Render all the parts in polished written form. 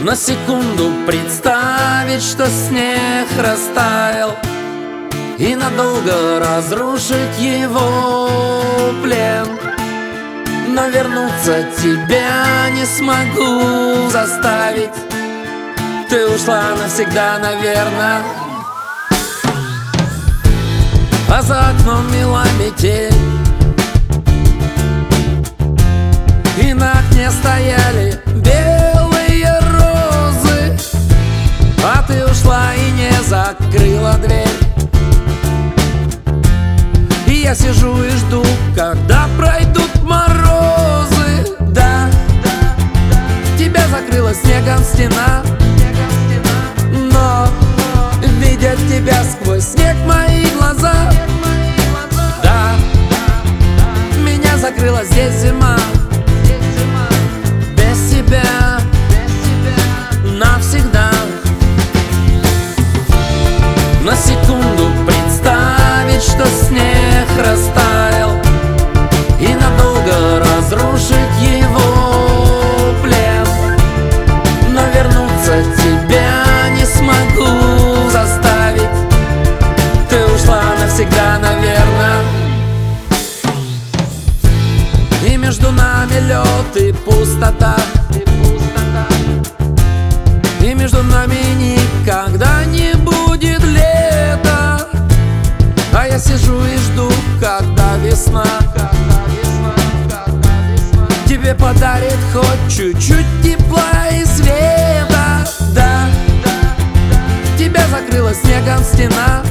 На секунду представить, что снег растаял, и надолго разрушить его плен. Но вернуться тебя не смогу заставить. Ты ушла навсегда, наверное. А за окном мела метель, и на окне стояли белые розы. А ты ушла и не закрыла дверь. И я сижу и жду, когда пройдут морозы. Да, тебя закрыла снегом стена, но видят тебя сквозь снег мои глаза. Да, меня закрыла здесь зима. Без тебя навсегда. На секунду представить, что снег растаял, и надолго разрушить его плен. Но вернуться тебя не смогу заставить. Ты ушла навсегда, наверное. И между нами лед и пустота, и между нами никогда не будет лета. А я сижу и жду, когда весна тебе подарит хоть чуть-чуть тепла и света. Да, тебя закрыла снегом стена,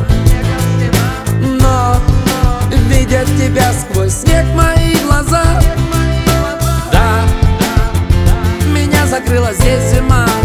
но видят тебя сквозь снег мои глаза. Да, меня закрыла здесь зима.